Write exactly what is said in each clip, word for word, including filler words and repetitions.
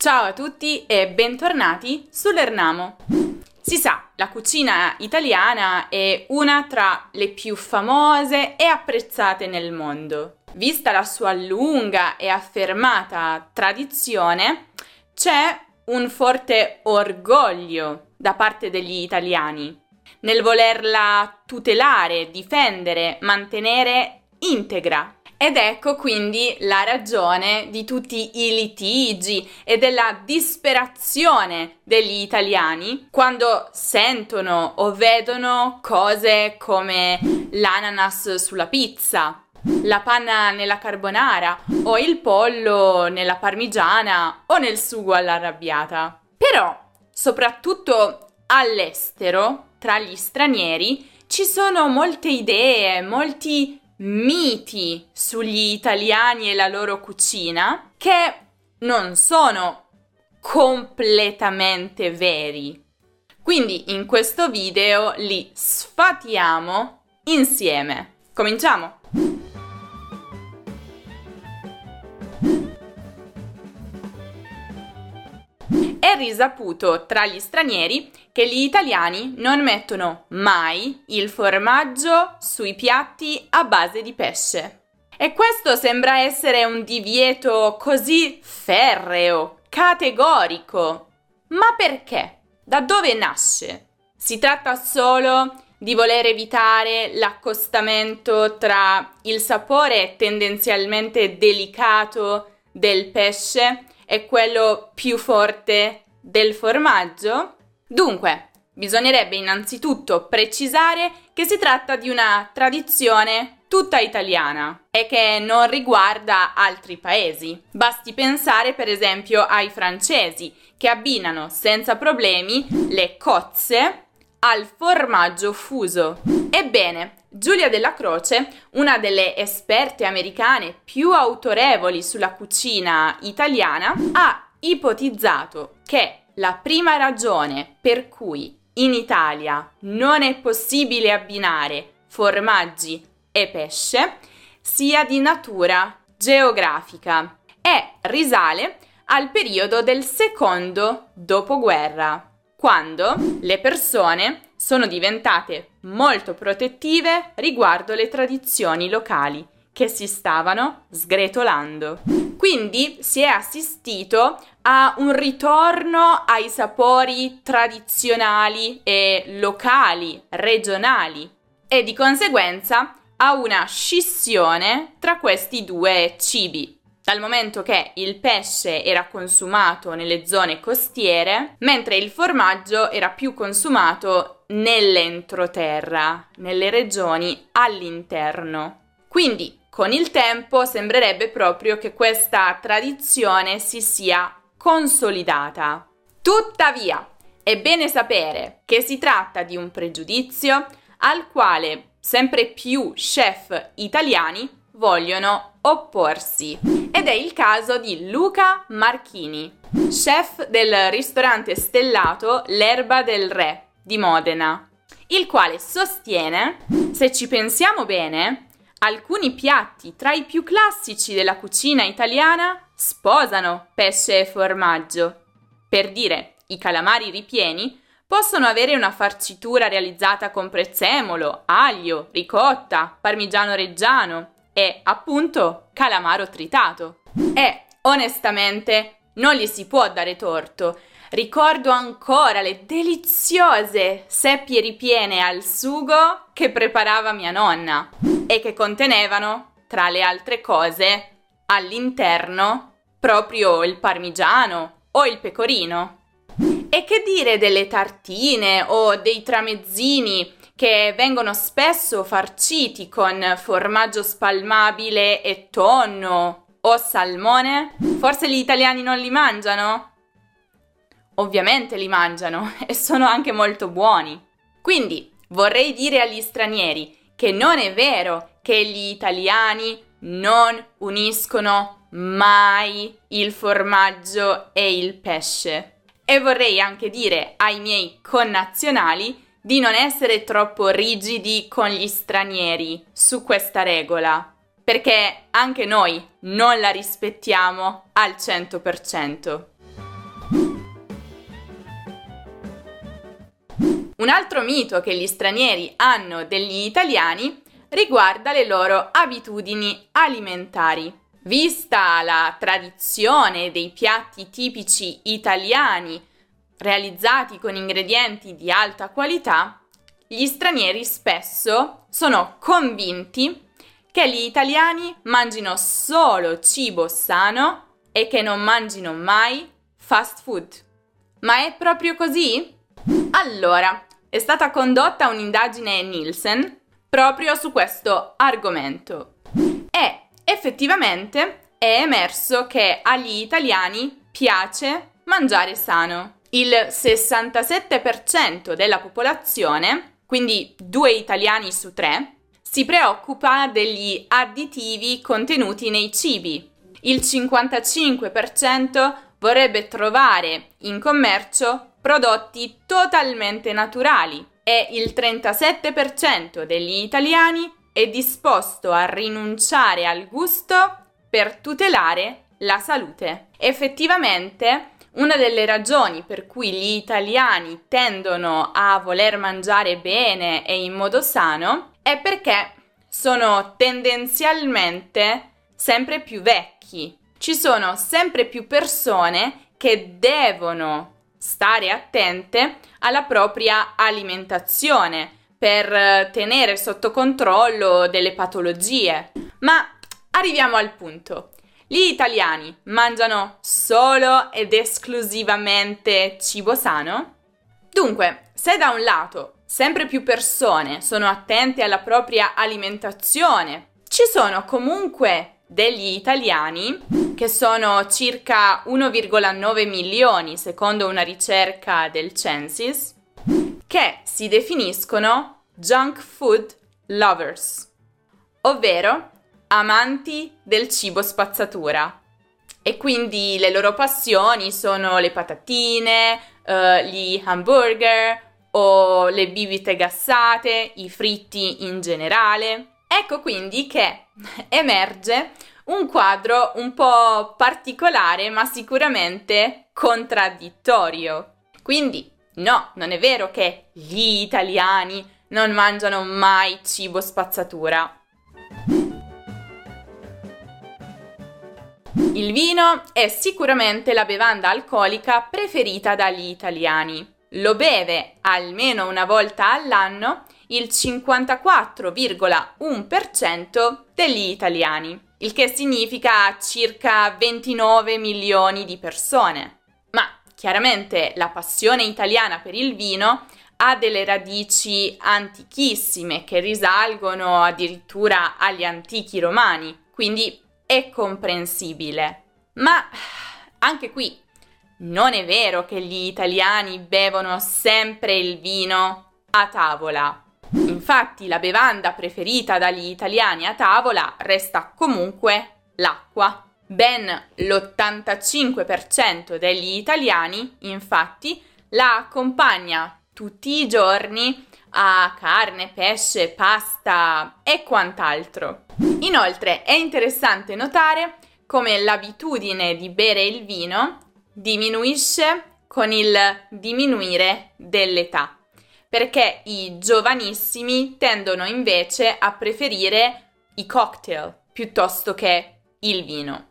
Ciao a tutti e bentornati su Lernamo. Si sa, la cucina italiana è una tra le più famose e apprezzate nel mondo. Vista la sua lunga e affermata tradizione, c'è un forte orgoglio da parte degli italiani nel volerla tutelare, difendere, mantenere integra. Ed ecco quindi la ragione di tutti i litigi e della disperazione degli italiani quando sentono o vedono cose come l'ananas sulla pizza, la panna nella carbonara o il pollo nella parmigiana o nel sugo all'arrabbiata. Però, soprattutto all'estero, tra gli stranieri, ci sono molte idee, molti miti sugli italiani e la loro cucina che non sono completamente veri. Quindi in questo video li sfatiamo insieme. Cominciamo! È risaputo tra gli stranieri che gli italiani non mettono mai il formaggio sui piatti a base di pesce. E questo sembra essere un divieto così ferreo, categorico. Ma perché? Da dove nasce? Si tratta solo di voler evitare l'accostamento tra il sapore tendenzialmente delicato del pesce e quello più forte del formaggio? Dunque, bisognerebbe innanzitutto precisare che si tratta di una tradizione tutta italiana e che non riguarda altri paesi. Basti pensare per esempio ai francesi, che abbinano senza problemi le cozze al formaggio fuso. Ebbene, Giulia Della Croce, una delle esperte americane più autorevoli sulla cucina italiana, ha ipotizzato che la prima ragione per cui in Italia non è possibile abbinare formaggi e pesce sia di natura geografica e risale al periodo del secondo dopoguerra, quando le persone sono diventate molto protettive riguardo le tradizioni locali che si stavano sgretolando. Quindi si è assistito a un ritorno ai sapori tradizionali e locali, regionali, e di conseguenza a una scissione tra questi due cibi. Dal momento che il pesce era consumato nelle zone costiere, mentre il formaggio era più consumato nell'entroterra, nelle regioni all'interno. Quindi, con il tempo, sembrerebbe proprio che questa tradizione si sia consolidata. Tuttavia, è bene sapere che si tratta di un pregiudizio al quale sempre più chef italiani vogliono opporsi. Ed è il caso di Luca Marchini, chef del ristorante stellato L'Erba del Re di Modena, il quale sostiene, se ci pensiamo bene, alcuni piatti tra i più classici della cucina italiana sposano pesce e formaggio. Per dire, i calamari ripieni possono avere una farcitura realizzata con prezzemolo, aglio, ricotta, parmigiano reggiano e, appunto, calamaro tritato. E, onestamente, non gli si può dare torto. Ricordo ancora le deliziose seppie ripiene al sugo che preparava mia nonna e che contenevano, tra le altre cose, all'interno proprio il parmigiano o il pecorino. E che dire delle tartine o dei tramezzini che vengono spesso farciti con formaggio spalmabile e tonno o salmone? Forse gli italiani non li mangiano? Ovviamente li mangiano e sono anche molto buoni. Quindi vorrei dire agli stranieri che non è vero che gli italiani non uniscono mai il formaggio e il pesce. E vorrei anche dire ai miei connazionali di non essere troppo rigidi con gli stranieri su questa regola, perché anche noi non la rispettiamo al cento per cento. Un altro mito che gli stranieri hanno degli italiani riguarda le loro abitudini alimentari. Vista la tradizione dei piatti tipici italiani realizzati con ingredienti di alta qualità, gli stranieri spesso sono convinti che gli italiani mangino solo cibo sano e che non mangino mai fast food. Ma è proprio così? Allora, è stata condotta un'indagine Nielsen proprio su questo argomento e effettivamente è emerso che agli italiani piace mangiare sano. Il sessantasette per cento della popolazione, quindi due italiani su tre, si preoccupa degli additivi contenuti nei cibi. Il cinquantacinque per cento vorrebbe trovare in commercio prodotti totalmente naturali e il trentasette per cento degli italiani è disposto a rinunciare al gusto per tutelare la salute. Effettivamente, una delle ragioni per cui gli italiani tendono a voler mangiare bene e in modo sano è perché sono tendenzialmente sempre più vecchi. Ci sono sempre più persone che devono stare attente alla propria alimentazione per tenere sotto controllo delle patologie. Ma arriviamo al punto. Gli italiani mangiano solo ed esclusivamente cibo sano? Dunque, se da un lato sempre più persone sono attente alla propria alimentazione, ci sono comunque degli italiani, che sono circa uno virgola nove milioni secondo una ricerca del Censis, che si definiscono junk food lovers, ovvero amanti del cibo spazzatura. E quindi le loro passioni sono le patatine, eh, gli hamburger o le bibite gassate, i fritti in generale. Ecco quindi che emerge un quadro un po' particolare, ma sicuramente contraddittorio. Quindi no, non è vero che gli italiani non mangiano mai cibo spazzatura. Il vino è sicuramente la bevanda alcolica preferita dagli italiani. Lo beve almeno una volta all'anno il cinquantaquattro virgola uno per cento degli italiani, il che significa circa ventinove milioni di persone. Ma chiaramente la passione italiana per il vino ha delle radici antichissime che risalgono addirittura agli antichi romani, quindi è comprensibile. Ma anche qui non è vero che gli italiani bevono sempre il vino a tavola. Infatti la bevanda preferita dagli italiani a tavola resta comunque l'acqua. Ben l'ottantacinque per cento degli italiani, infatti, la accompagna tutti i giorni a carne, pesce, pasta e quant'altro. Inoltre è interessante notare come l'abitudine di bere il vino diminuisce con il diminuire dell'età, perché i giovanissimi tendono invece a preferire i cocktail piuttosto che il vino.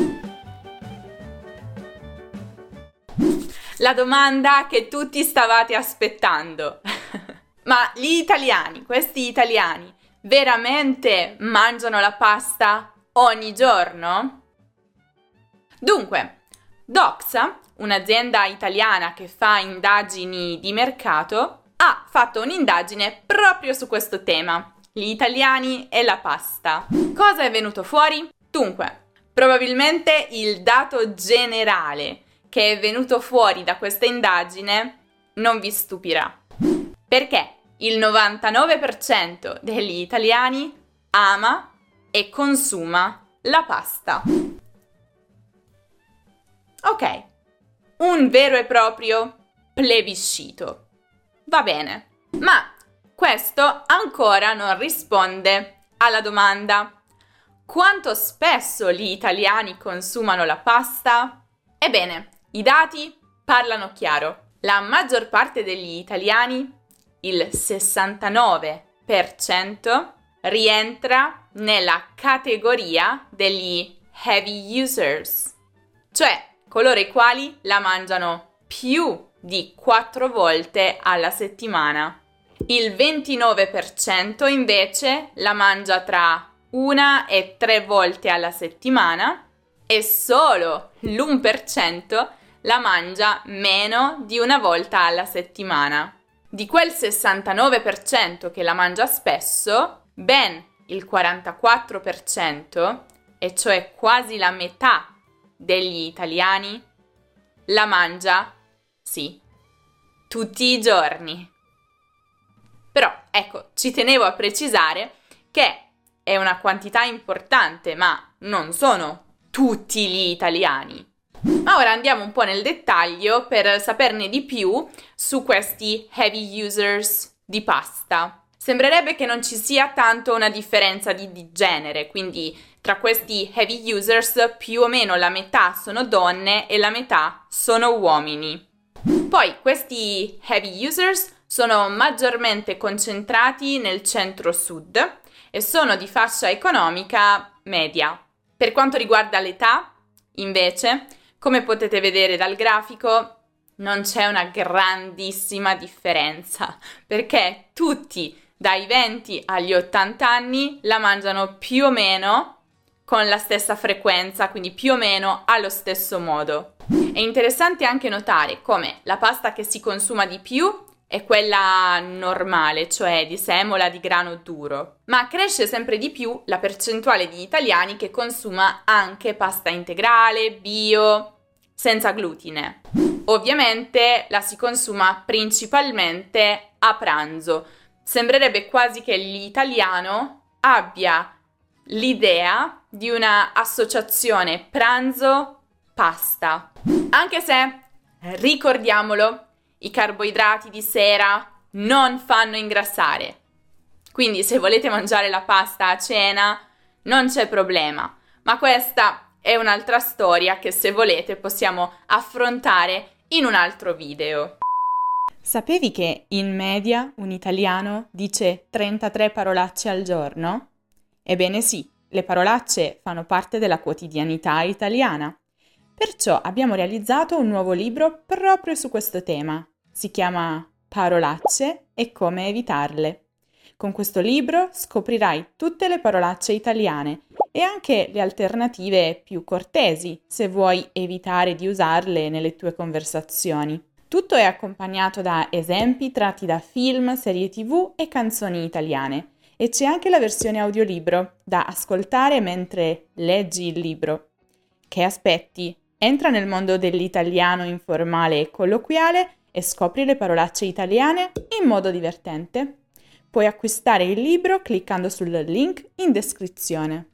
La domanda che tutti stavate aspettando. Ma gli italiani, questi italiani, veramente mangiano la pasta ogni giorno? Dunque, Doxa, un'azienda italiana che fa indagini di mercato, ha fatto un'indagine proprio su questo tema, gli italiani e la pasta. Cosa è venuto fuori? Dunque, probabilmente il dato generale che è venuto fuori da questa indagine non vi stupirà, perché il novantanove per cento degli italiani ama e consuma la pasta. Ok, un vero e proprio plebiscito. Va bene, ma questo ancora non risponde alla domanda: quanto spesso gli italiani consumano la pasta? Ebbene, i dati parlano chiaro. La maggior parte degli italiani il sessantanove per cento rientra nella categoria degli heavy users, cioè coloro i quali la mangiano più di quattro volte alla settimana. Il ventinove per cento invece la mangia tra una e tre volte alla settimana e solo l'uno per cento la mangia meno di una volta alla settimana. Di quel sessantanove per cento che la mangia spesso, ben il quarantaquattro per cento, e cioè quasi la metà degli italiani, la mangia, sì, tutti i giorni. Però, ecco, ci tenevo a precisare che è una quantità importante, ma non sono tutti gli italiani. Ma ora andiamo un po' nel dettaglio per saperne di più su questi heavy users di pasta. Sembrerebbe che non ci sia tanto una differenza di, di genere, quindi tra questi heavy users più o meno la metà sono donne e la metà sono uomini. Poi questi heavy users sono maggiormente concentrati nel centro-sud e sono di fascia economica media. Per quanto riguarda l'età, invece, come potete vedere dal grafico, non c'è una grandissima differenza, perché tutti dai venti agli ottanta anni la mangiano più o meno con la stessa frequenza, quindi più o meno allo stesso modo. È interessante anche notare come la pasta che si consuma di più è quella normale, cioè di semola di grano duro, ma cresce sempre di più la percentuale di italiani che consuma anche pasta integrale, bio, senza glutine. Ovviamente la si consuma principalmente a pranzo. Sembrerebbe quasi che l'italiano abbia l'idea di una associazione pranzo-pasta. Anche se, ricordiamolo, i carboidrati di sera non fanno ingrassare. Quindi se volete mangiare la pasta a cena non c'è problema, ma questa è un'altra storia che se volete possiamo affrontare in un altro video. Sapevi che in media un italiano dice trentatré parolacce al giorno? Ebbene sì, le parolacce fanno parte della quotidianità italiana. Perciò abbiamo realizzato un nuovo libro proprio su questo tema. Si chiama Parolacce e come evitarle. Con questo libro scoprirai tutte le parolacce italiane e anche le alternative più cortesi se vuoi evitare di usarle nelle tue conversazioni. Tutto è accompagnato da esempi tratti da film, serie tivù e canzoni italiane e c'è anche la versione audiolibro da ascoltare mentre leggi il libro. Che aspetti? Entra nel mondo dell'italiano informale e colloquiale e scopri le parolacce italiane in modo divertente. Puoi acquistare il libro cliccando sul link in descrizione.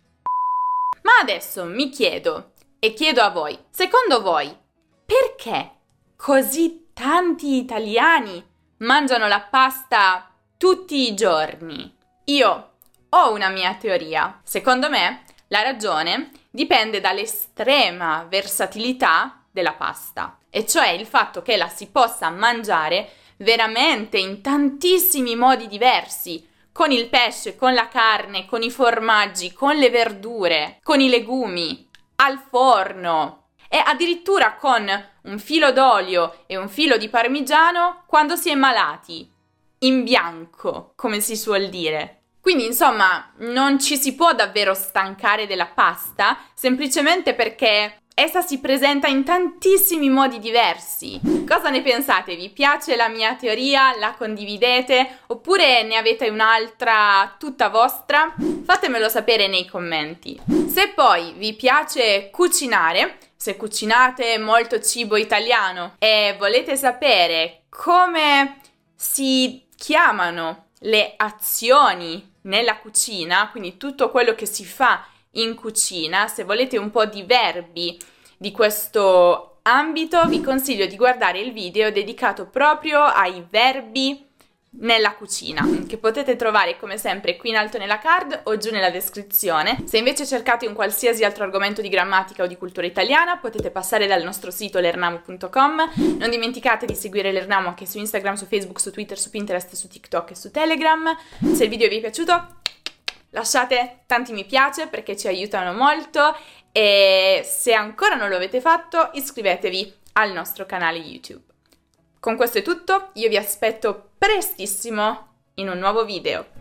Ma adesso mi chiedo, e chiedo a voi, secondo voi, perché così tanti italiani mangiano la pasta tutti i giorni? Io ho una mia teoria. Secondo me, la ragione dipende dall'estrema versatilità della pasta, e cioè il fatto che la si possa mangiare veramente in tantissimi modi diversi, con il pesce, con la carne, con i formaggi, con le verdure, con i legumi, al forno e addirittura con un filo d'olio e un filo di parmigiano quando si è malati, in bianco, come si suol dire. Quindi, insomma, non ci si può davvero stancare della pasta semplicemente perché essa si presenta in tantissimi modi diversi. Cosa ne pensate? Vi piace la mia teoria? La condividete? Oppure ne avete un'altra tutta vostra? Fatemelo sapere nei commenti. Se poi vi piace cucinare, se cucinate molto cibo italiano e volete sapere come si chiamano le azioni nella cucina, quindi tutto quello che si fa in cucina, se volete un po' di verbi di questo ambito, vi consiglio di guardare il video dedicato proprio ai verbi nella cucina, che potete trovare come sempre qui in alto nella card o giù nella descrizione. Se invece cercate un qualsiasi altro argomento di grammatica o di cultura italiana, potete passare dal nostro sito lernamo punto com. Non dimenticate di seguire Lernamo anche su Instagram, su Facebook, su Twitter, su Pinterest, su TikTok e su Telegram. Se il video vi è piaciuto, lasciate tanti mi piace perché ci aiutano molto, e se ancora non lo avete fatto, iscrivetevi al nostro canale YouTube. Con questo è tutto, io vi aspetto prestissimo in un nuovo video.